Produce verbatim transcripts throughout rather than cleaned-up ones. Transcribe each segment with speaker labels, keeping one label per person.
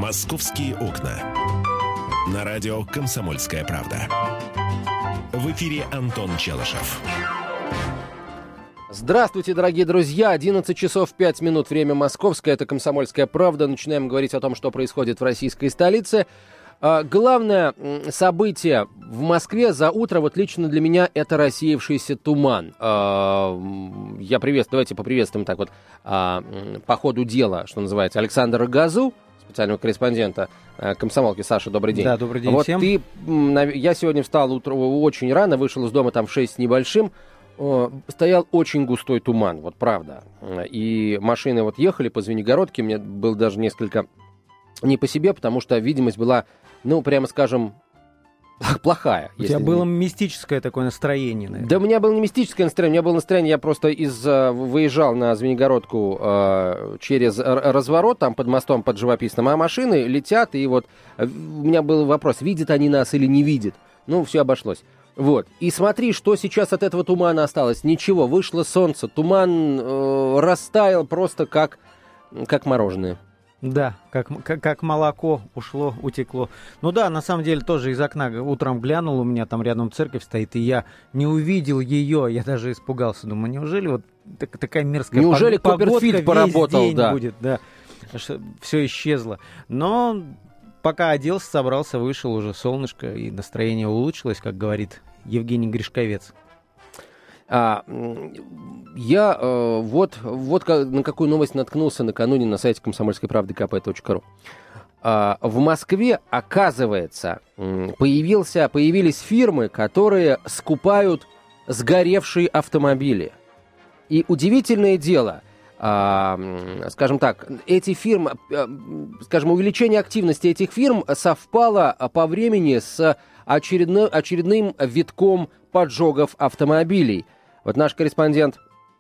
Speaker 1: «Московские окна». На радио «Комсомольская правда». В эфире Антон Челышев.
Speaker 2: Здравствуйте, дорогие друзья. одиннадцать часов пять минут. Время московское. Это «Комсомольская правда». Начинаем говорить о том, что происходит в российской столице. Главное событие в Москве за утро, вот лично для меня, это рассеявшийся туман. Я приветствую, давайте поприветствуем так вот по ходу дела, что называется, Александра Газу, специального корреспондента комсомолки. Саша, добрый день.
Speaker 3: Да, добрый день
Speaker 2: вот
Speaker 3: всем.
Speaker 2: Ты, я сегодня встал утро, очень рано, вышел из дома там в шесть с небольшим. Стоял очень густой туман, вот правда. И машины вот ехали по Звенигородке, мне было даже несколько не по себе, потому что видимость была, ну, прямо скажем, плохая.
Speaker 3: У тебя было мистическое такое настроение, наверное.
Speaker 2: Да у меня было не мистическое настроение, у меня было настроение, я просто из, выезжал на Звенигородку э, через разворот, там под мостом, под живописным, а машины летят, и вот у меня был вопрос, видят они нас или не видят. Ну, все обошлось. Вот. И смотри, что сейчас от этого тумана осталось. Ничего, вышло солнце, туман э, растаял просто как, как мороженое.
Speaker 3: Да, как, как, как молоко ушло, утекло. Ну да, на самом деле тоже из окна утром глянул, у меня там рядом церковь стоит, и я не увидел ее, я даже испугался. Думаю, неужели вот так, такая мерзкая
Speaker 2: неужели
Speaker 3: погодка
Speaker 2: Копперфильд поработал,
Speaker 3: весь день
Speaker 2: да.
Speaker 3: будет, да. Все исчезло. Но пока оделся, собрался, вышел уже солнышко, и настроение улучшилось, как говорит Евгений Гришковец.
Speaker 2: А, я э, вот, вот как, на какую новость наткнулся накануне на сайте комсомольской правды ка пэ точка ру. А, в Москве, оказывается, появился, появились фирмы, которые скупают сгоревшие автомобили. И удивительное дело, а, скажем так, эти фирмы, скажем, увеличение активности этих фирм совпало по времени с очередным, очередным витком поджогов автомобилей. Вот наш корреспондент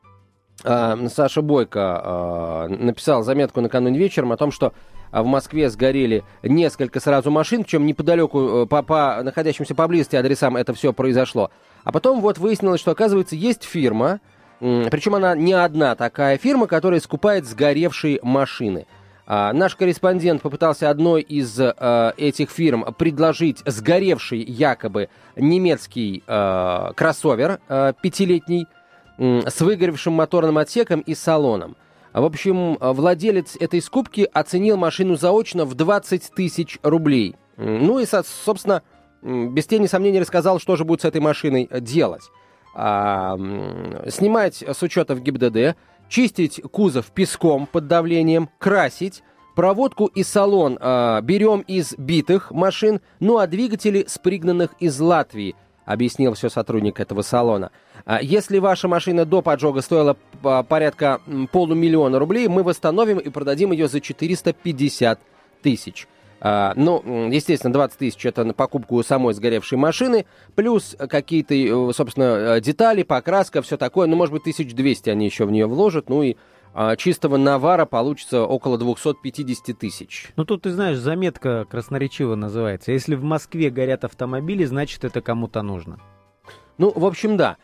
Speaker 2: э, Саша Бойко э, написал заметку накануне вечером о том, что в Москве сгорели несколько сразу машин, причем неподалеку, по, по находящимся поблизости адресам это все произошло. А потом вот выяснилось, что, оказывается, есть фирма, э, причем она не одна такая фирма, которая скупает сгоревшие машины. А, наш корреспондент попытался одной из э, этих фирм предложить сгоревший якобы немецкий э, кроссовер э, пятилетний э, с выгоревшим моторным отсеком и салоном. В общем, владелец этой скупки оценил машину заочно в двадцать тысяч рублей. Ну и, собственно, без тени сомнений рассказал, что же будет с этой машиной делать. А, снимать с учета в ГИБДД, чистить кузов песком под давлением, красить, проводку и салон э, берем из битых машин, ну а двигатели с пригнанных из Латвии, объяснил все сотрудник этого салона. А если ваша машина до поджога стоила по порядка полумиллиона рублей, мы восстановим и продадим ее за четыреста пятьдесят тысяч. А, ну, естественно, двадцать тысяч это на покупку самой сгоревшей машины, плюс какие-то, собственно, детали, покраска, все такое. Ну, может быть, тысяча двести они еще в нее вложат, ну и а, чистого навара получится около двести пятьдесят тысяч.
Speaker 3: Ну, тут, ты знаешь, заметка красноречиво называется. Если в Москве горят автомобили, значит, это кому-то нужно.
Speaker 2: Ну, в общем, да.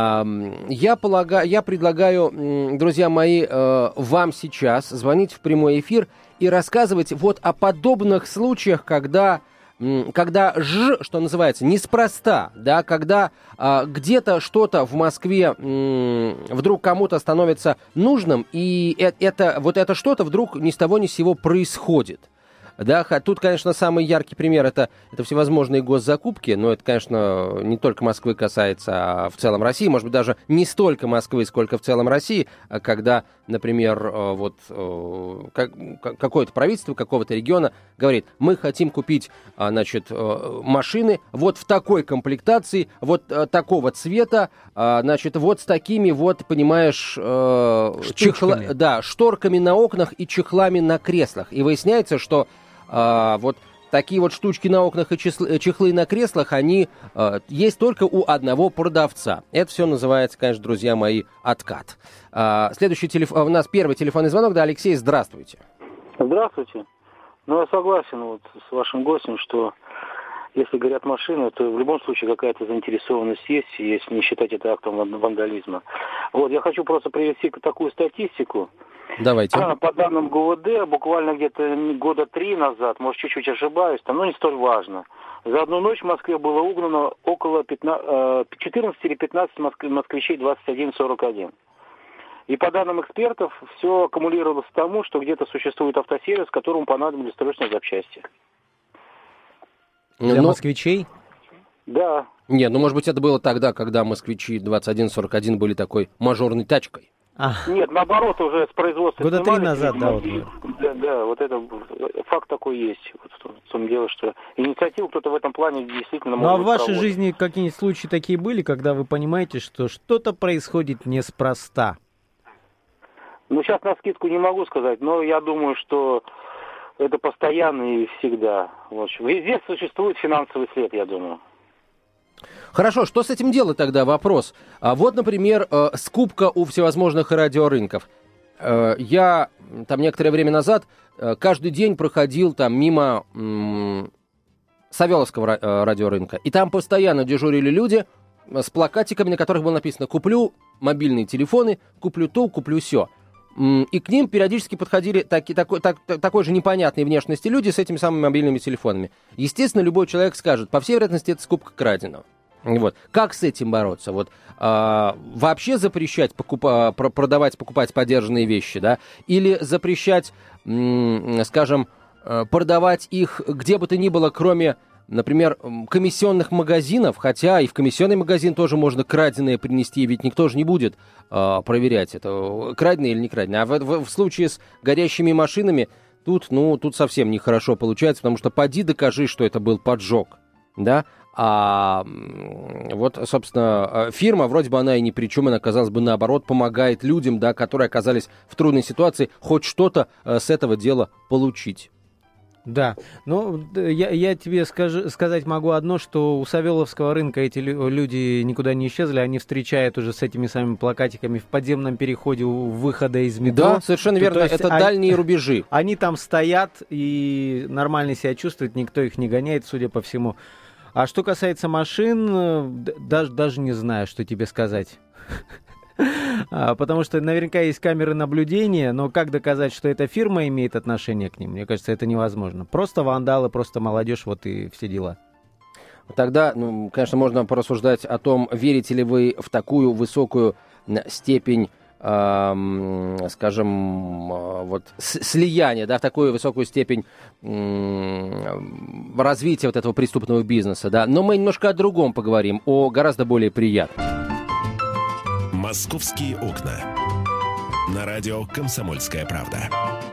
Speaker 2: Я, полагаю, я предлагаю, друзья мои, вам сейчас звонить в прямой эфир и рассказывать вот о подобных случаях, когда, когда ж, что называется, неспроста, да, когда а, где-то что-то в Москве м, вдруг кому-то становится нужным, и это, вот это что-то вдруг ни с того ни с сего происходит. Да, тут, конечно, самый яркий пример это, это всевозможные госзакупки, но это, конечно, не только Москвы касается, а в целом России, может быть, даже не столько Москвы, сколько в целом России, когда, например, вот какое-то правительство какого-то региона говорит, мы хотим купить, значит, машины вот в такой комплектации, вот такого цвета, значит, вот с такими вот, понимаешь, чехла, да, шторками на окнах и чехлами на креслах. И выясняется, что А, вот такие вот штучки на окнах и чехлы, чехлы на креслах, они а, есть только у одного продавца. Это все называется, конечно, друзья мои, откат. А, следующий телефон, у нас первый телефонный звонок. Да, Алексей, здравствуйте.
Speaker 4: Здравствуйте. Ну, я согласен вот с вашим гостем, что если горят машины, то в любом случае какая-то заинтересованность есть, если не считать это актом вандализма. Вот, я хочу просто привести такую статистику.
Speaker 2: Давайте.
Speaker 4: По данным ГУВД, буквально где-то года три назад, может, чуть-чуть ошибаюсь, там, но не столь важно. За одну ночь в Москве было угнано около четырнадцать или пятнадцать москвичей двадцать один сорок один. И по данным экспертов, все аккумулировалось к тому, что где-то существует автосервис, которому понадобились срочные запчасти.
Speaker 3: Для
Speaker 2: ну,
Speaker 3: москвичей?
Speaker 4: Да.
Speaker 2: Не, ну, может быть, это было тогда, когда москвичи двадцать один сорок один были такой мажорной тачкой.
Speaker 3: А.
Speaker 4: Нет, наоборот, уже с производства
Speaker 3: Года три
Speaker 4: снимали,
Speaker 3: назад,
Speaker 4: и,
Speaker 3: да, вот.
Speaker 4: Да, да, вот это факт такой есть. Вот в том, в том дело, что инициативу кто-то в этом плане действительно
Speaker 3: может. Ну, а в вашей
Speaker 4: проводить.
Speaker 3: жизни какие-нибудь случаи такие были, когда вы понимаете, что что-то происходит неспроста?
Speaker 4: Ну, сейчас на скидку не могу сказать, но я думаю, что это постоянно и всегда. Вот. Везде существует финансовый след, я думаю.
Speaker 2: Хорошо, что с этим делать тогда? Вопрос. А вот, например, э, скупка у всевозможных радиорынков. Э, я там некоторое время назад э, каждый день проходил там мимо м- Савеловского ра- э, радиорынка, и там постоянно дежурили люди с плакатиками, на которых было написано «Куплю мобильные телефоны, куплю то, куплю сё». И к ним периодически подходили таки, такой, так, такой же непонятной внешности люди с этими самыми мобильными телефонами. Естественно, любой человек скажет, по всей вероятности, это скупка краденого. Вот. Как с этим бороться? Вот, а, вообще запрещать покупа, продавать, покупать подержанные вещи, да? Или запрещать, м, скажем, продавать их где бы то ни было, кроме, например, комиссионных магазинов, хотя и в комиссионный магазин тоже можно краденое принести, ведь никто же не будет а, проверять, это краденое или не краденое. А в, в, в случае с горящими машинами тут, ну, тут совсем нехорошо получается, потому что поди докажи, что это был поджог, да? А вот, собственно, фирма, вроде бы она и ни при чем, она, казалось бы, наоборот, помогает людям, да, которые оказались в трудной ситуации, хоть что-то с этого дела получить.
Speaker 3: Да, ну, я, я тебе скажу, сказать могу одно, что у Савеловского рынка эти люди никуда не исчезли, они встречают уже с этими самыми плакатиками в подземном переходе у выхода из метро.
Speaker 2: Да, совершенно верно,
Speaker 3: то, то
Speaker 2: это
Speaker 3: они,
Speaker 2: дальние рубежи.
Speaker 3: Они там стоят и нормально себя чувствуют, никто их не гоняет, судя по всему. А что касается машин, даже, даже не знаю, что тебе сказать. Потому что наверняка есть камеры наблюдения, но как доказать, что эта фирма имеет отношение к ним? Мне кажется, это невозможно. Просто вандалы, просто молодежь, вот и все дела.
Speaker 2: Тогда, ну, конечно, можно порассуждать о том, верите ли вы в такую высокую степень, эм, скажем, э, вот слияния, да, в такую высокую степень э, развития вот этого преступного бизнеса, да. Но мы немножко о другом поговорим, о гораздо более приятном.
Speaker 1: «Московские окна». На радио «Комсомольская правда».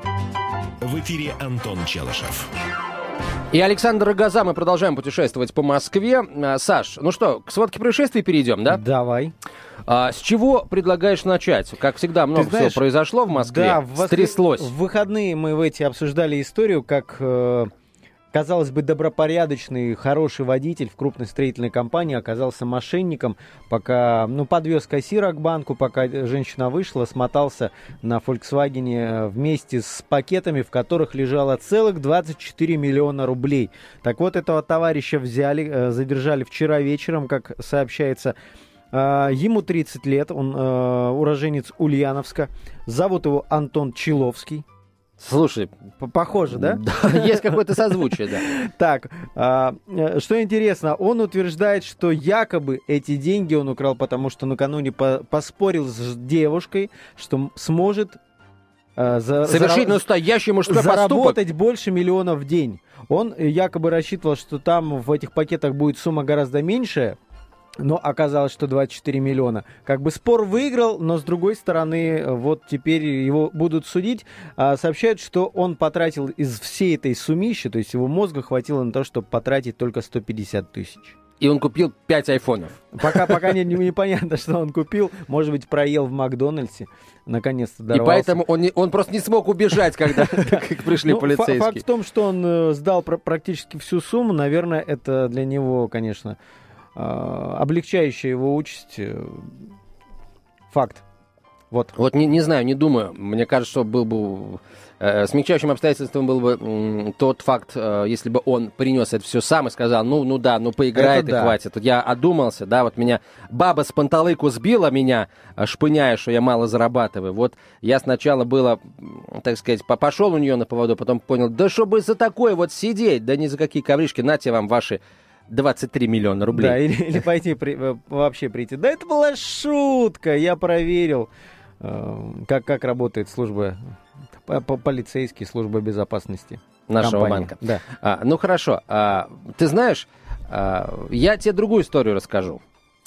Speaker 1: В эфире Антон Челышев.
Speaker 2: И Александр Рогоза. Мы продолжаем путешествовать по Москве. Саш, ну что, к сводке происшествий перейдем, да?
Speaker 3: Давай.
Speaker 2: А, с чего предлагаешь начать? Как всегда, много знаешь, всего произошло в Москве.
Speaker 3: Да, в
Speaker 2: стряслось.
Speaker 3: В выходные мы в эти обсуждали историю, как... Э- Казалось бы, добропорядочный, хороший водитель в крупной строительной компании оказался мошенником, пока, ну, подвез кассира к банку, пока женщина вышла, смотался на Volkswagen вместе с пакетами, в которых лежало целых двадцать четыре миллиона рублей. Так вот, этого товарища взяли, задержали вчера вечером, как сообщается. Ему тридцать лет, он уроженец Ульяновска, зовут его Антон Человский.
Speaker 2: Слушай,
Speaker 3: похоже, да?
Speaker 2: Да, есть какое-то созвучие, да.
Speaker 3: Так, а, что интересно, он утверждает, что якобы эти деньги он украл, потому что накануне по- поспорил с девушкой, что сможет а, за,
Speaker 2: совершить
Speaker 3: зара-
Speaker 2: настоящий мужской
Speaker 3: заработать
Speaker 2: поступок.
Speaker 3: больше миллиона в день. Он якобы рассчитывал, что там в этих пакетах будет сумма гораздо меньшая, но оказалось, что двадцать четыре миллиона. Как бы спор выиграл, но с другой стороны, вот теперь его будут судить. А, сообщают, что он потратил из всей этой суммищи, то есть его мозга хватило на то, чтобы потратить только сто пятьдесят тысяч.
Speaker 2: И он купил пять айфонов.
Speaker 3: Пока, пока не, не, непонятно, что он купил. Может быть, проел в Макдональдсе. Наконец-то дорвался.
Speaker 2: И поэтому он, не, он просто не смог убежать, когда пришли полицейские.
Speaker 3: Факт в том, что он сдал практически всю сумму. Наверное, это для него, конечно... облегчающая его участь факт. Вот.
Speaker 2: Вот не, не знаю, не думаю. Мне кажется, что был бы Э, смягчающим обстоятельством был бы м, тот факт, э, если бы он принес это все сам и сказал, ну, ну да, ну поиграет
Speaker 3: Это
Speaker 2: и
Speaker 3: да.
Speaker 2: хватит. Тут я одумался, да, вот меня баба с панталыку сбила меня, э, шпыняя, что я мало зарабатываю. Вот я сначала было, м, так сказать, по- пошел у нее на поводу, потом понял, да чтобы за такое вот сидеть, да ни за какие ковришки, нате вам ваши двадцать три миллиона рублей.
Speaker 3: Да, или, или пойти при- э, вообще прийти. Да это была шутка, я проверил, э, как, как работает служба, по- по- полицейские, служба безопасности
Speaker 2: Нашего
Speaker 3: компании.
Speaker 2: банка.
Speaker 3: Да.
Speaker 2: А, ну хорошо, а, ты знаешь, а, я тебе другую историю расскажу.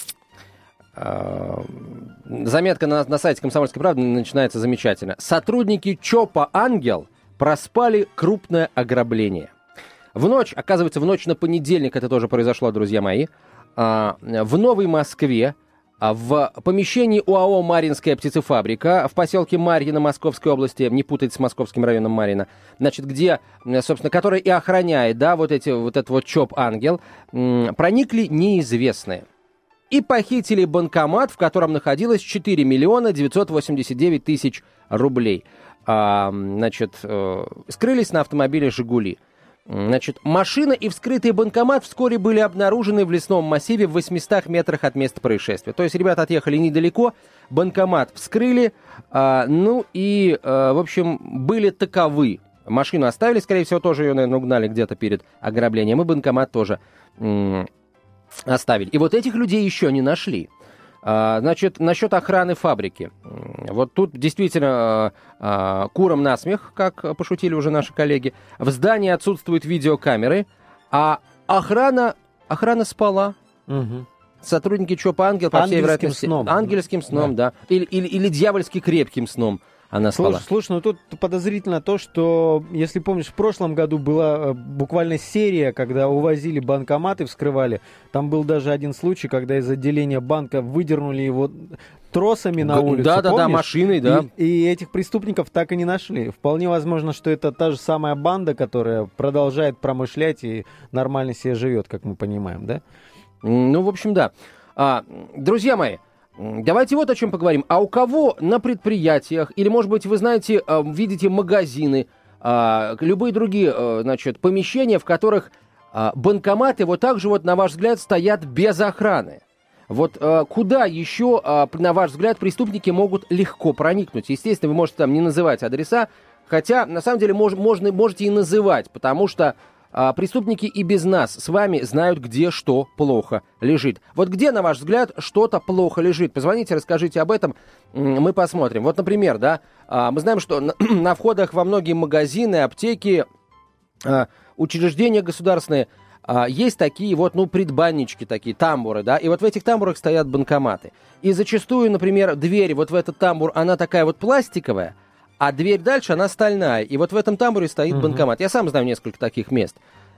Speaker 2: А, заметка на, на сайте «Комсомольской правды» начинается замечательно. Сотрудники ЧОПа «Ангел» проспали крупное ограбление. В ночь, оказывается, в ночь на понедельник это тоже произошло, друзья мои, а, в Новой Москве, а, в помещении ОАО «Марьинская птицефабрика» в поселке Марьино Московской области, не путать с московским районом Марьино, значит, где, собственно, который и охраняет, да, вот, эти, вот этот вот ЧОП «Ангел», м, проникли неизвестные и похитили банкомат, в котором находилось четыре миллиона девятьсот восемьдесят девять тысяч рублей. А, значит, э, скрылись на автомобиле «Жигули». Значит, машина и вскрытый банкомат вскоре были обнаружены в лесном массиве в восьмистах метрах от места происшествия. То есть ребята отъехали недалеко, банкомат вскрыли, а, ну и, а, в общем, были таковы. Машину оставили, скорее всего, тоже ее, наверное, угнали где-то перед ограблением, и банкомат тоже м- оставили. И вот этих людей еще не нашли. А, значит, насчет охраны фабрики. Вот тут действительно а, а, курам насмех, как пошутили уже наши коллеги. В здании отсутствуют видеокамеры, а охрана, охрана спала.
Speaker 3: Угу.
Speaker 2: Сотрудники ЧОПа «Ангел», по всей
Speaker 3: Ангельским
Speaker 2: вероятности...
Speaker 3: сном.
Speaker 2: Ангельским сном, да. да. Или, или, или дьявольски крепким сном она спала.
Speaker 3: Слушай, слушай, ну тут подозрительно то, что, если помнишь, в прошлом году была э, буквально серия, когда увозили банкоматы, вскрывали. Там был даже один случай, когда из отделения банка выдернули его тросами на улицу.
Speaker 2: Да-да-да, машиной, да.
Speaker 3: И, и этих преступников так и не нашли. Вполне возможно, что это та же самая банда, которая продолжает промышлять и нормально себе живет, как мы понимаем, да?
Speaker 2: Ну, в общем, да. А, друзья мои, давайте вот о чем поговорим. А у кого на предприятиях, или, может быть, вы знаете, видите магазины, любые другие, значит, помещения, в которых банкоматы вот так же, вот, на ваш взгляд, стоят без охраны? Вот куда еще, на ваш взгляд, преступники могут легко проникнуть? Естественно, вы можете там не называть адреса, хотя, на самом деле, мож, можно, можете и называть, потому что А, преступники и без нас с вами знают, где что плохо лежит. Вот где, на ваш взгляд, что-то плохо лежит? Позвоните, расскажите об этом, мы посмотрим. Вот, например, да, а, мы знаем, что на, на входах во многие магазины, аптеки, а, учреждения государственные а, есть такие вот, ну, предбаннички такие, тамбуры, да, и вот в этих тамбурах стоят банкоматы. И зачастую, например, дверь вот в этот тамбур, она такая вот пластиковая, а дверь дальше, она стальная. И вот в этом тамбуре стоит uh-huh. банкомат. Я сам знаю несколько таких мест.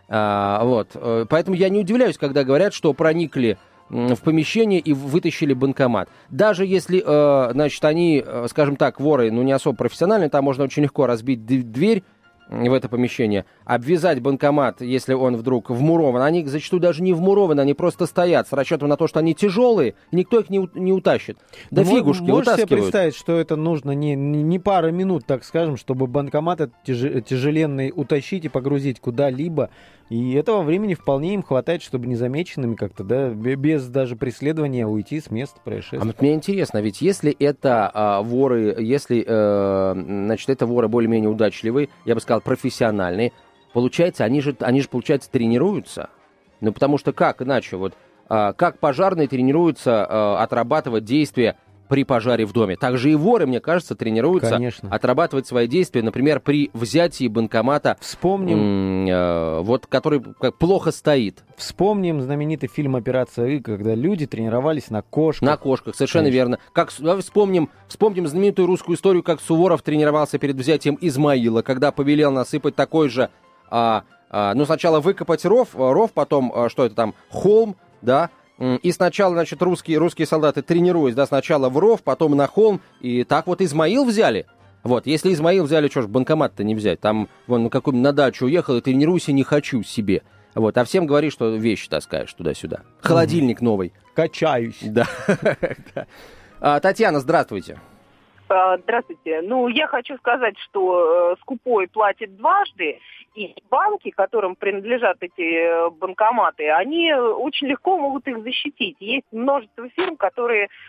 Speaker 2: А, вот. Поэтому я не удивляюсь, когда говорят, что проникли в помещение и вытащили банкомат. Даже если, э, значит, они, скажем так, воры, ну, не особо профессиональные, там можно очень легко разбить дверь в это помещение, обвязать банкомат, если он вдруг вмурован. Они зачастую даже не вмурованы, они просто стоят с расчетом на то, что они тяжелые, и никто их не, не утащит. Да
Speaker 3: ну,
Speaker 2: фигушки,
Speaker 3: можешь
Speaker 2: утаскивают.
Speaker 3: себе представить, что это нужно не, не, не пара минут, так скажем, чтобы банкомат этот тяж, тяжеленный утащить и погрузить куда-либо. И этого времени вполне им хватает, чтобы незамеченными как-то, да, без даже преследования уйти с места происшествия.
Speaker 2: А вот мне интересно, ведь если это а, воры, если, э, значит, это воры более-менее удачливые, я бы сказал, профессиональные, получается, они же, они же, получается, тренируются. Ну, потому что как иначе, вот, а, как пожарные тренируются а, отрабатывать действия при пожаре в доме. Также и воры, мне кажется, тренируются
Speaker 3: Конечно.
Speaker 2: отрабатывать свои действия, например, при взятии банкомата,
Speaker 3: Вспомним,
Speaker 2: э, вот, который как, плохо стоит.
Speaker 3: Вспомним знаменитый фильм «Операция И», когда люди тренировались на кошках.
Speaker 2: На кошках, совершенно Конечно. верно. Как, давай вспомним, вспомним знаменитую русскую историю, как Суворов тренировался перед взятием Измаила, когда повелел насыпать такой же, а, а, ну, сначала выкопать ров, ров, потом, а, что это там, холм, да, и сначала, значит, русские, русские солдаты тренируясь, да, сначала в ров, потом на холм, и так вот Измаил взяли. Вот, если Измаил взяли, что ж, банкомат-то не взять, там, вон, на какую на дачу уехал, и тренируйся, не хочу себе. Вот, а всем говори, что вещи таскаешь туда-сюда. Холодильник новый.
Speaker 3: Качаюсь.
Speaker 2: Да. Татьяна, здравствуйте.
Speaker 5: Здравствуйте. Ну, я хочу сказать, что скупой платит дважды, и банки, которым принадлежат эти банкоматы, они очень легко могут их защитить. Есть множество фирм, которые э,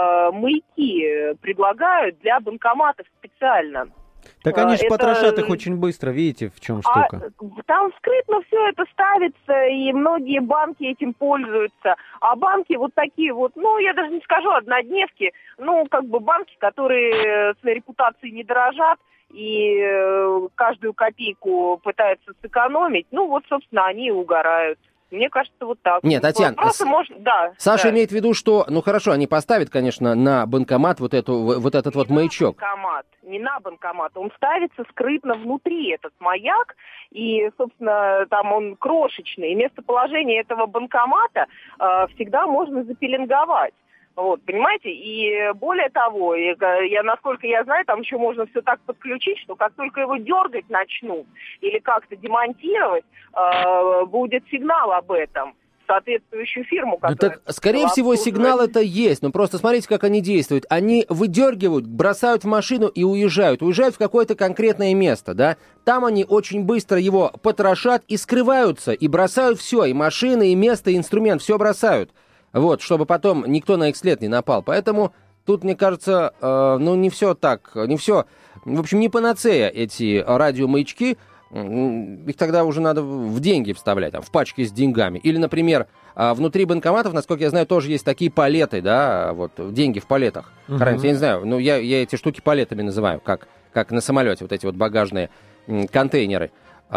Speaker 5: маяки предлагают для банкоматов специально.
Speaker 3: Так они же
Speaker 5: это...
Speaker 3: потрошат их очень быстро, видите, в чем штука.
Speaker 5: А, там скрытно все это ставится, и многие банки этим пользуются. А банки вот такие вот, ну, я даже не скажу однодневки, ну, как бы банки, которые своей репутацией не дорожат, и э, каждую копейку пытаются сэкономить, ну, вот, собственно, они и угорают. Мне кажется, вот так.
Speaker 2: Нет, Татьяна,
Speaker 5: просто
Speaker 2: с...
Speaker 5: можно... да,
Speaker 2: Саша
Speaker 5: да.
Speaker 2: имеет в виду, что, ну хорошо, они поставят, конечно, на банкомат вот, эту, вот этот
Speaker 5: не
Speaker 2: вот маячок.
Speaker 5: На банкомат, не на банкомат, он ставится скрытно внутри, этот маяк, и, собственно, там он крошечный. И местоположение этого банкомата э, всегда можно запеленговать. Вот, понимаете, и более того, я, я, насколько я знаю, там еще можно все так подключить, что как только его дергать начнут или как-то демонтировать, э, будет сигнал об этом в соответствующую фирму.
Speaker 2: Ну так, скорее всего, сигнал это есть, но просто смотрите, как они действуют. Они выдергивают, бросают в машину и уезжают. Уезжают в какое-то конкретное место, да? Там они очень быстро его потрошат и скрываются, и бросают все, и машины, и место, и инструмент, все бросают. Вот, чтобы потом никто на их след не напал. Поэтому тут, мне кажется, э, ну, не все так, не все, в общем, не панацея эти радиомаячки, их тогда уже надо в деньги вставлять, там, в пачки с деньгами. Или, например, внутри банкоматов, насколько я знаю, тоже есть такие палеты, да, вот, деньги в палетах. Uh-huh. Хранятся, я не знаю, ну, я, я эти штуки палетами называю, как, как на самолете, вот эти вот багажные контейнеры.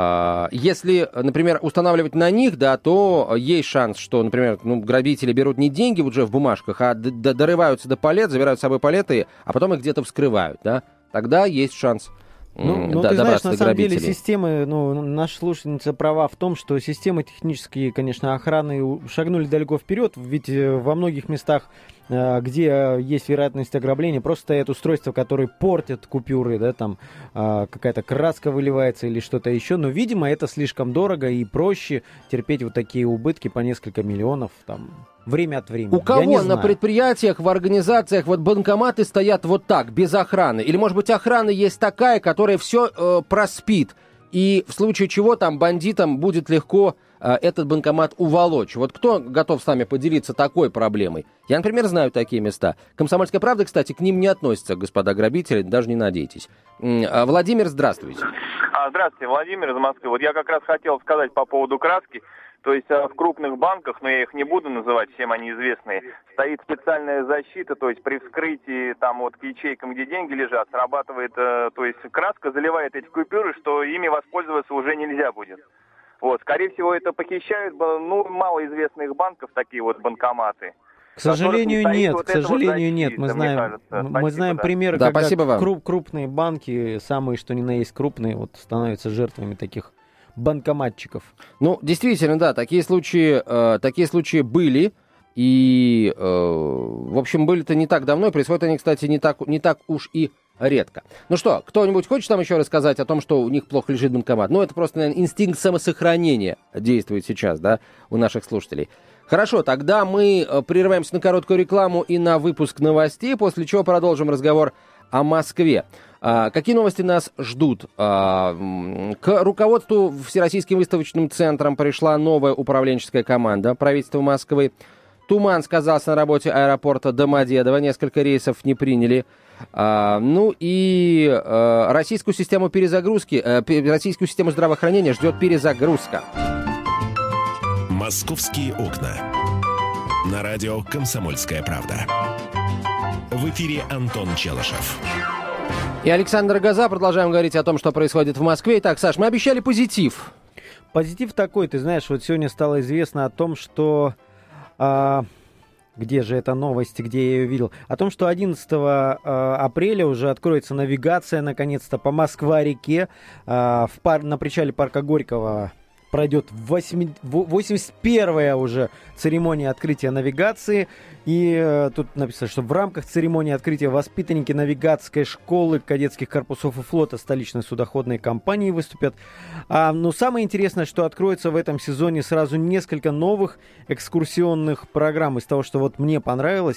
Speaker 2: Если, например, устанавливать на них, да, то есть шанс, что, например, ну, грабители берут не деньги уже в бумажках, а д- д- дорываются до палет, забирают с собой палеты, а потом их где-то вскрывают, да. Тогда есть шанс.
Speaker 3: Ну, ну
Speaker 2: да,
Speaker 3: ты знаешь, на самом деле
Speaker 2: грабителей.
Speaker 3: системы, ну, наша слушательница права в том, что системы технические, конечно, охраны шагнули далеко вперед, ведь во многих местах, где есть вероятность ограбления, просто стоят устройства, которые портят купюры, да, там какая-то краска выливается или что-то еще, но, видимо, это слишком дорого и проще терпеть вот такие убытки по несколько миллионов, там, время от времени.
Speaker 2: У кого на предприятиях, в организациях вот банкоматы стоят вот так, без охраны? Или, может быть, охрана есть такая, которая все э, проспит, и в случае чего там бандитам будет легко э, этот банкомат уволочь? Вот кто готов с нами поделиться такой проблемой? Я, например, знаю такие места. «Комсомольская правда», кстати, к ним не относится, господа грабители, даже не надейтесь. М- Владимир, здравствуйте.
Speaker 6: Здравствуйте, Владимир из Москвы. Вот я как раз хотел сказать по поводу краски. То есть в крупных банках, но я их не буду называть, всем они известные, стоит специальная защита, то есть при вскрытии там вот к ячейкам, где деньги лежат, срабатывает, то есть краска заливает эти купюры, что ими воспользоваться уже нельзя будет. Вот, скорее всего, это похищают, ну, малоизвестных банков, такие вот банкоматы.
Speaker 3: К сожалению, не нет, вот к сожалению, вот нет. Мы знаем,
Speaker 6: кажется.
Speaker 3: мы
Speaker 6: Спасибо,
Speaker 3: знаем
Speaker 6: да.
Speaker 3: примеры,
Speaker 2: Да,
Speaker 3: когда круп, крупные банки, самые что ни на есть крупные, вот становятся жертвами таких банкоматчиков.
Speaker 2: Ну, действительно, да, такие случаи, э, такие случаи были, и, э, в общем, были-то не так давно, и происходят они, кстати, не так, не так уж и редко. Ну что, кто-нибудь хочет нам еще рассказать о том, что у них плохо лежит банкомат? Ну, это просто, наверное, инстинкт самосохранения действует сейчас, да, у наших слушателей. Хорошо, тогда мы прерываемся на короткую рекламу и на выпуск новостей, после чего продолжим разговор о Москве. А, какие новости нас ждут? А, к руководству Всероссийским выставочным центром пришла новая управленческая команда правительства Москвы. Туман сказался на работе аэропорта Домодедово, несколько рейсов не приняли. А, ну и а, российскую систему перезагрузки, а, российскую систему здравоохранения ждет перезагрузка.
Speaker 1: «Московские окна». На радио «Комсомольская правда». В эфире Антон Челышев.
Speaker 2: И Александр Гоза. Продолжаем говорить о том, что происходит в Москве. Итак, Саш, мы обещали позитив.
Speaker 3: Позитив такой, ты знаешь, вот сегодня стало известно о том, что... А... Где же эта новость, где я ее видел? О том, что одиннадцатого апреля уже откроется навигация, наконец-то, по Москва-реке. В пар... На причале парка Горького пройдет восемьдесят первая уже церемония открытия навигации. И э, тут написано, что в рамках церемонии открытия воспитанники навигатской школы кадетских корпусов и флота столичной судоходной компании выступят. А, но самое интересное, что откроется в этом сезоне сразу несколько новых экскурсионных программ. Из того, что вот мне понравилось,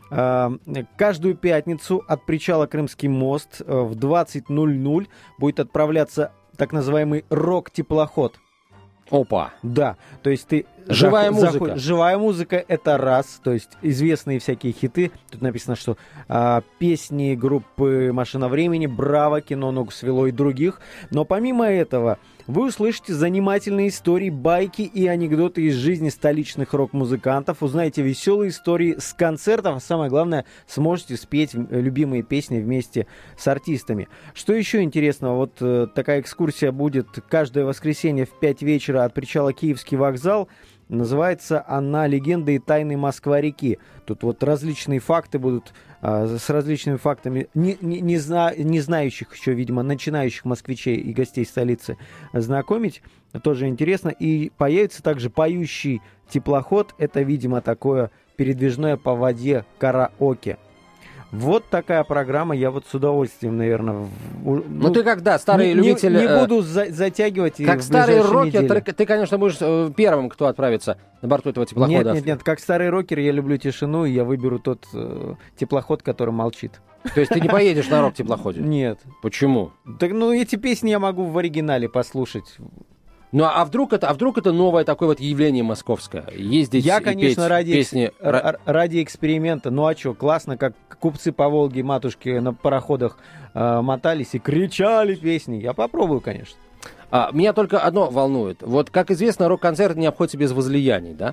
Speaker 3: Каждую пятницу от причала Крымский мост в двадцать ноль ноль будет отправляться так называемый рок-теплоход.
Speaker 2: Опа.
Speaker 3: Да, то есть ты...
Speaker 2: Живая
Speaker 3: зах-
Speaker 2: музыка.
Speaker 3: Заход... Живая музыка — это раз, то есть известные всякие хиты. Тут написано, что а, песни группы «Машина времени», «Браво», «Кино ногу свело» и других. Но помимо этого вы услышите занимательные истории, байки и анекдоты из жизни столичных рок-музыкантов, узнаете веселые истории с концертов, а самое главное, сможете спеть любимые песни вместе с артистами. Что еще интересного? Вот э, такая экскурсия будет каждое воскресенье в пять вечера от причала Киевский вокзал. Называется она «Легенды и тайны Москва-реки». Тут вот различные факты будут, а, с различными фактами не, не, не, зна, не знающих еще, видимо, начинающих москвичей и гостей столицы знакомить. Тоже интересно. И появится также поющий теплоход. Это, видимо, такое передвижное по воде караоке. Вот такая программа, я вот с удовольствием, наверное... В,
Speaker 2: ну,
Speaker 3: ну,
Speaker 2: ты когда, старый
Speaker 3: не,
Speaker 2: любитель...
Speaker 3: Не, не
Speaker 2: э,
Speaker 3: буду за, затягивать.
Speaker 2: Как
Speaker 3: в
Speaker 2: старый рокер,
Speaker 3: недели.
Speaker 2: ты, ты, конечно, будешь э, первым, кто отправится на борту этого теплохода.
Speaker 3: Нет, нет, нет, как старый рокер я люблю тишину, и я выберу тот э, теплоход, который молчит.
Speaker 2: То есть ты не поедешь на рок-теплоходе?
Speaker 3: Нет.
Speaker 2: Почему?
Speaker 3: Так, ну, эти песни я могу в оригинале послушать.
Speaker 2: Ну, а вдруг это, а вдруг это новое такое вот явление московское? Ездить
Speaker 3: Я,
Speaker 2: и
Speaker 3: конечно,
Speaker 2: петь
Speaker 3: ради,
Speaker 2: песни...
Speaker 3: р- ради эксперимента. Ну, а что, классно, как купцы по Волге, матушки на пароходах э, мотались и кричали песни. Я попробую, конечно.
Speaker 2: А, меня только одно волнует. Вот, как известно, рок-концерт не обходится без возлияний, да?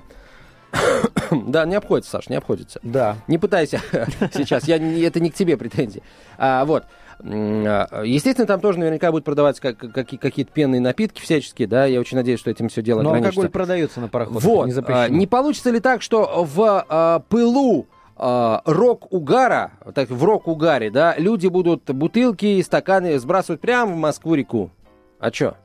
Speaker 2: Да, не обходится, Саш, не обходится.
Speaker 3: Да.
Speaker 2: Не пытайся сейчас, я, это не к тебе претензии. А, вот. Естественно, там тоже наверняка будут продаваться как, как, какие-то пенные напитки всяческие, да, я очень надеюсь, что этим все дело
Speaker 3: Но
Speaker 2: ограничится.
Speaker 3: алкоголь продается на пароходах,
Speaker 2: вот.
Speaker 3: не запрещено.
Speaker 2: Не получится ли так, что в а, пылу а, рок-угара, так, в рок-угаре, да, люди будут бутылки и стаканы сбрасывать прямо в Москву-реку? А чё?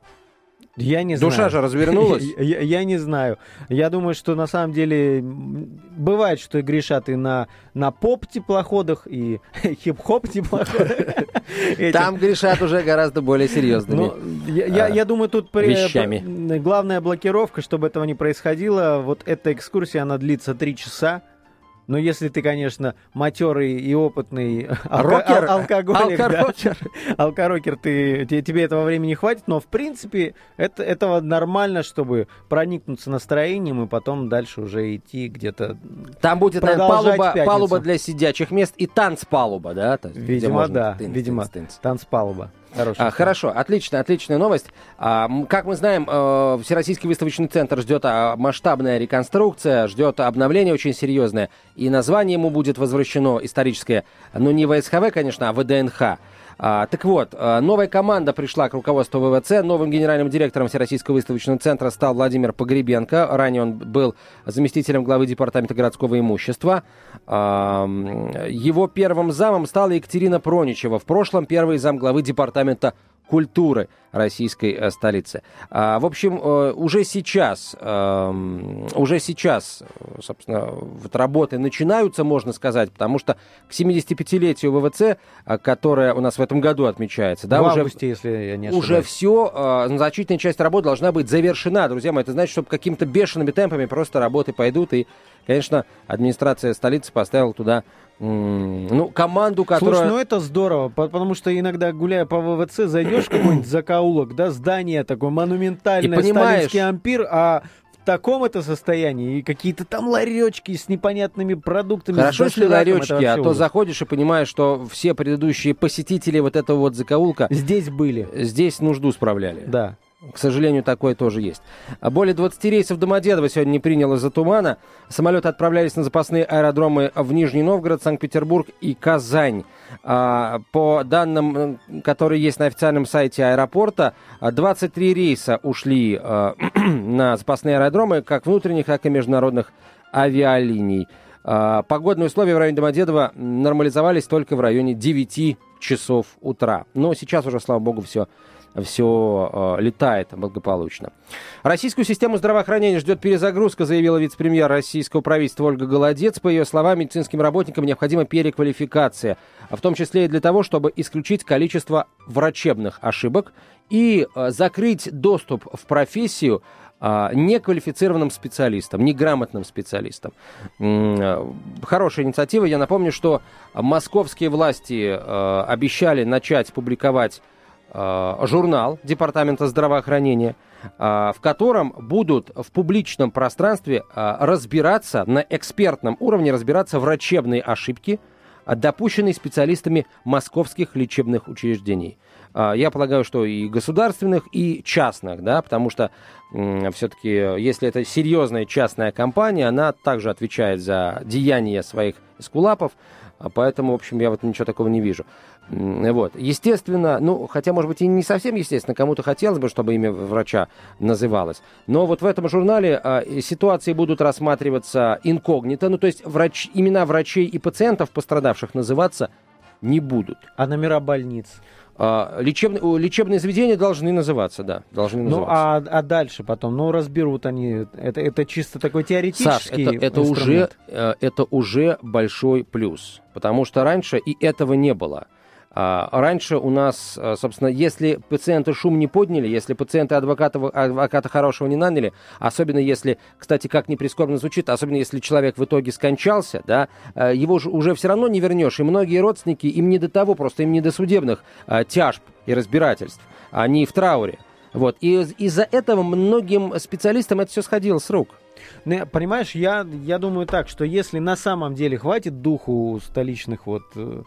Speaker 3: Я не
Speaker 2: Душа
Speaker 3: знаю.
Speaker 2: же развернулась.
Speaker 3: я, я не знаю. Я думаю, что на самом деле бывает, что грешат и на, на поп-теплоходах, и хип-хоп теплоходах.
Speaker 2: Там грешат уже гораздо более серьезными
Speaker 3: ну, я, я, я думаю, тут
Speaker 2: вещами.
Speaker 3: Главная блокировка, чтобы этого не происходило. Вот эта экскурсия, она длится три часа. Но если ты, конечно, матерый и опытный
Speaker 2: Рокер,
Speaker 3: ал- алкоголик,
Speaker 2: алкорокер,
Speaker 3: да, алкорокер, ты, тебе этого времени хватит, но в принципе это, этого нормально, чтобы проникнуться настроением и потом дальше уже идти где-то.
Speaker 2: Там будет, наверное, палуба, палуба для сидячих мест и танцпалуба, да? То есть,
Speaker 3: видимо, да,
Speaker 2: тынц,
Speaker 3: видимо,
Speaker 2: тынц, тынц.
Speaker 3: танцпалуба.
Speaker 2: А, хорошо, отлично, отличная новость. А, как мы знаем, э, Всероссийский выставочный центр ждет а, масштабная реконструкция, ждет обновление очень серьезное, и название ему будет возвращено историческое, но не вэ эс ха вэ, конечно, а вэ дэ эн ха. А, так вот, новая команда пришла к руководству вэ вэ цэ. Новым генеральным директором Всероссийского выставочного центра стал Владимир Погребенко. Ранее он был заместителем главы департамента городского имущества. А, его первым замом стала Екатерина Проничева. В прошлом первый замглавы департамента культуры российской э, столицы. А, в общем, э, уже сейчас, э, уже сейчас, собственно, вот работы начинаются, можно сказать, потому что к семидесятипятилетию вэ вэ цэ, э, которое у нас в этом году отмечается, да,
Speaker 3: в
Speaker 2: уже,
Speaker 3: августе, если я не ошибаюсь.
Speaker 2: уже все, э, значительная часть работы должна быть завершена, друзья мои. Это значит, что какими-то бешеными темпами просто работы пойдут, и, конечно, администрация столицы поставила туда ну, команду, которая...
Speaker 3: Слушай, ну это здорово, потому что иногда, гуляя по вэ вэ цэ, зайдешь в какой-нибудь закоулок, да, здание такое монументальное, сталинский ампир, а в таком это состоянии, и какие-то там ларечки с непонятными продуктами.
Speaker 2: Хорошо, если ларечки, а то
Speaker 3: ужас.
Speaker 2: заходишь и понимаешь, что все предыдущие посетители вот этого вот закоулка...
Speaker 3: Здесь были.
Speaker 2: Здесь нужду справляли.
Speaker 3: Да.
Speaker 2: К сожалению, такое тоже есть. Более двадцати рейсов Домодедово сегодня не приняло из-за тумана. Самолеты отправлялись на запасные аэродромы в Нижний Новгород, Санкт-Петербург и Казань. По данным, которые есть на официальном сайте аэропорта, двадцать три рейса ушли на запасные аэродромы, как внутренних, так и международных авиалиний. Погодные условия в районе Домодедова нормализовались только в районе девяти часов утра. Но сейчас уже, слава богу, все все э, летает благополучно. Российскую систему здравоохранения ждет перезагрузка, заявила вице-премьер российского правительства Ольга Голодец. По ее словам, медицинским работникам необходима переквалификация, в том числе и для того, чтобы исключить количество врачебных ошибок и э, закрыть доступ в профессию а, неквалифицированным специалистам, неграмотным специалистам. Хорошая инициатива. Я напомню, что московские власти а, обещали начать публиковать а, журнал Департамента здравоохранения, а, в котором будут в публичном пространстве а, разбираться, на экспертном уровне разбираться врачебные ошибки, допущенные специалистами московских лечебных учреждений. Я полагаю, что и государственных, и частных, да, потому что м, все-таки, если это серьезная частная компания, она также отвечает за деяния своих эскулапов, поэтому, в общем, я вот ничего такого не вижу. Вот. Естественно, ну, хотя, может быть, и не совсем естественно, кому-то хотелось бы, чтобы имя врача называлось, но вот в этом журнале а, ситуации будут рассматриваться инкогнито, ну, то есть врач, имена врачей и пациентов, пострадавших, называться не будут.
Speaker 3: А номера больниц?
Speaker 2: Лечебные, лечебные заведения должны называться, да, должны называться.
Speaker 3: Ну, а, а дальше потом, ну, разберут они, это, это чисто такой теоретический
Speaker 2: Саш, это, это, уже, это уже большой плюс, потому что раньше и этого не было. Раньше у нас, собственно, если пациенты шум не подняли, если пациенты адвоката, адвоката хорошего не наняли, особенно если, кстати, как ни прискорбно звучит, особенно если человек в итоге скончался, да, его же уже все равно не вернешь. И многие родственники, им не до того, просто им не до судебных а, тяжб и разбирательств. Они в трауре. Вот. И из-за этого многим специалистам это все сходило с рук.
Speaker 3: Ну, понимаешь, я, я думаю так, что если на самом деле хватит духу столичных вот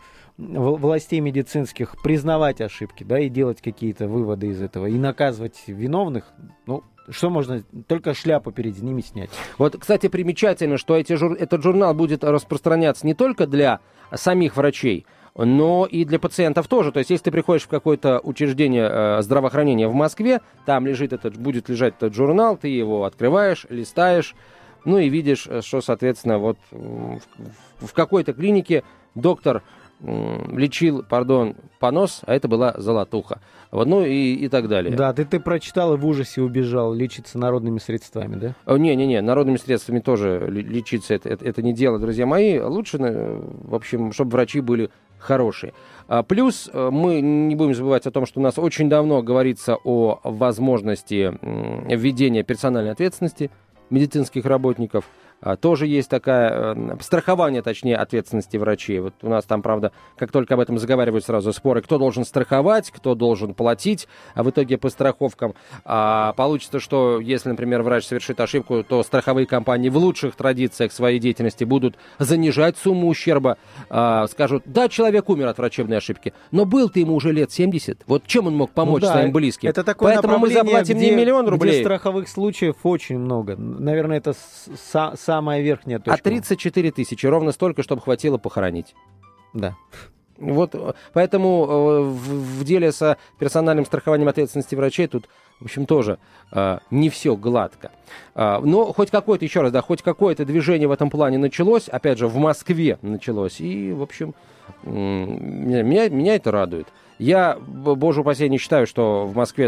Speaker 3: властей медицинских признавать ошибки, да, и делать какие-то выводы из этого, и наказывать виновных, ну, что можно, только шляпу перед ними снять.
Speaker 2: Вот, кстати, примечательно, что эти жур... этот журнал будет распространяться не только для самих врачей, но и для пациентов тоже. То есть, если ты приходишь в какое-то учреждение э, здравоохранения в Москве, там лежит этот, будет лежать этот журнал, ты его открываешь, листаешь, ну и видишь, что, соответственно, вот в, в какой-то клинике доктор лечил, пардон, понос, а это была золотуха. Вот, ну и, и так далее.
Speaker 3: Да, ты, ты прочитал и в ужасе убежал лечиться народными средствами, да?
Speaker 2: Не-не-не, народными средствами тоже лечиться это, это, это не дело, друзья мои. Лучше, в общем, чтобы врачи были хорошие. Плюс мы не будем забывать о том, что у нас очень давно говорится о возможности введения персональной ответственности медицинских работников. Тоже есть такая, страхование, точнее, ответственности врачей. Вот у нас там, правда, как только об этом заговаривают, сразу споры, кто должен страховать, кто должен платить, а в итоге по страховкам а, получится, что если, например, врач совершит ошибку, то страховые компании в лучших традициях своей деятельности будут занижать сумму ущерба, а, скажут, да, человек умер от врачебной ошибки, но был-то ему уже лет семьдесят, вот чем он мог помочь ну, да, своим близким?
Speaker 3: Это такое
Speaker 2: Поэтому мы заплатим
Speaker 3: где,
Speaker 2: не миллион рублей.
Speaker 3: Где страховых случаев очень много. Наверное, это с- самая верхняя точка.
Speaker 2: А тридцать четыре тысячи, ровно столько, чтобы хватило похоронить.
Speaker 3: Да.
Speaker 2: Вот, поэтому э, в, в деле со персональным страхованием ответственности врачей тут, в общем, тоже э, не все гладко. Э, но хоть какое-то, еще раз, да, хоть какое-то движение в этом плане началось, опять же, в Москве началось, и, в общем, э, меня, меня это радует. Я, боже упаси, не считаю, что в Москве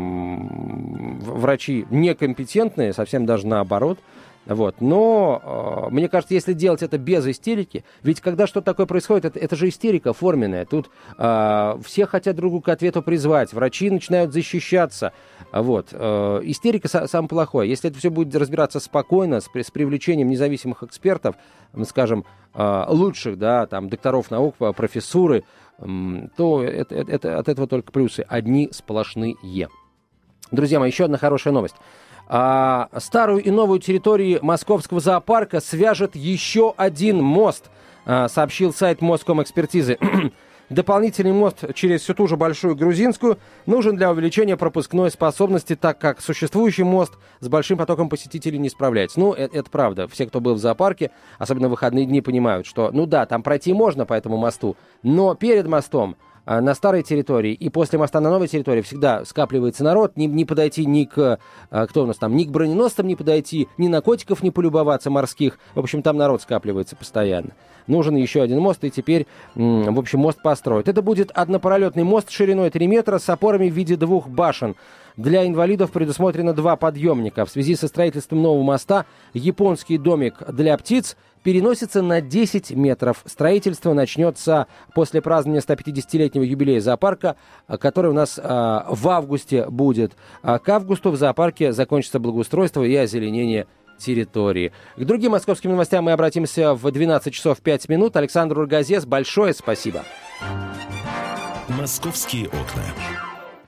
Speaker 2: там врачи некомпетентные, совсем даже наоборот. Вот. Но, э, мне кажется, если делать это без истерики, ведь когда что-то такое происходит, это, это же истерика форменная. Тут э, все хотят друг друга к ответу призвать, врачи начинают защищаться. Вот. Э, истерика са- самое плохое. Если это все будет разбираться спокойно, с, с привлечением независимых экспертов, скажем, э, лучших, да, там, докторов наук, профессуры, э, то это, это, это, от этого только плюсы. Одни сплошные. Друзья мои, еще одна хорошая новость. А, старую и новую территории московского зоопарка свяжет еще один мост, а, сообщил сайт Москомэкспертизы. Дополнительный мост через всю ту же Большую Грузинскую нужен для увеличения пропускной способности, так как существующий мост с большим потоком посетителей не справляется. Ну, это, это правда. Все, кто был в зоопарке, особенно в выходные дни, понимают, что, ну да, там пройти можно по этому мосту, но перед мостом на старой территории и после моста на новой территории всегда скапливается народ, не, не подойти ни к, кто у нас там, ни к броненосцам не подойти, ни на котиков не полюбоваться морских. В общем, там народ скапливается постоянно. Нужен еще один мост, и теперь, в общем, мост построят. Это будет однопролетный мост шириной три метра с опорами в виде двух башен. Для инвалидов предусмотрено два подъемника. В связи со строительством нового моста японский домик для птиц переносится на десять метров. Строительство начнется после празднования сто пятидесятилетнего юбилея зоопарка, который у нас а, в августе будет. А к августу в зоопарке закончится благоустройство и озеленение территории. К другим московским новостям мы обратимся в двенадцать часов пять минут. Александр Ургазес, большое спасибо.
Speaker 1: «Московские окна».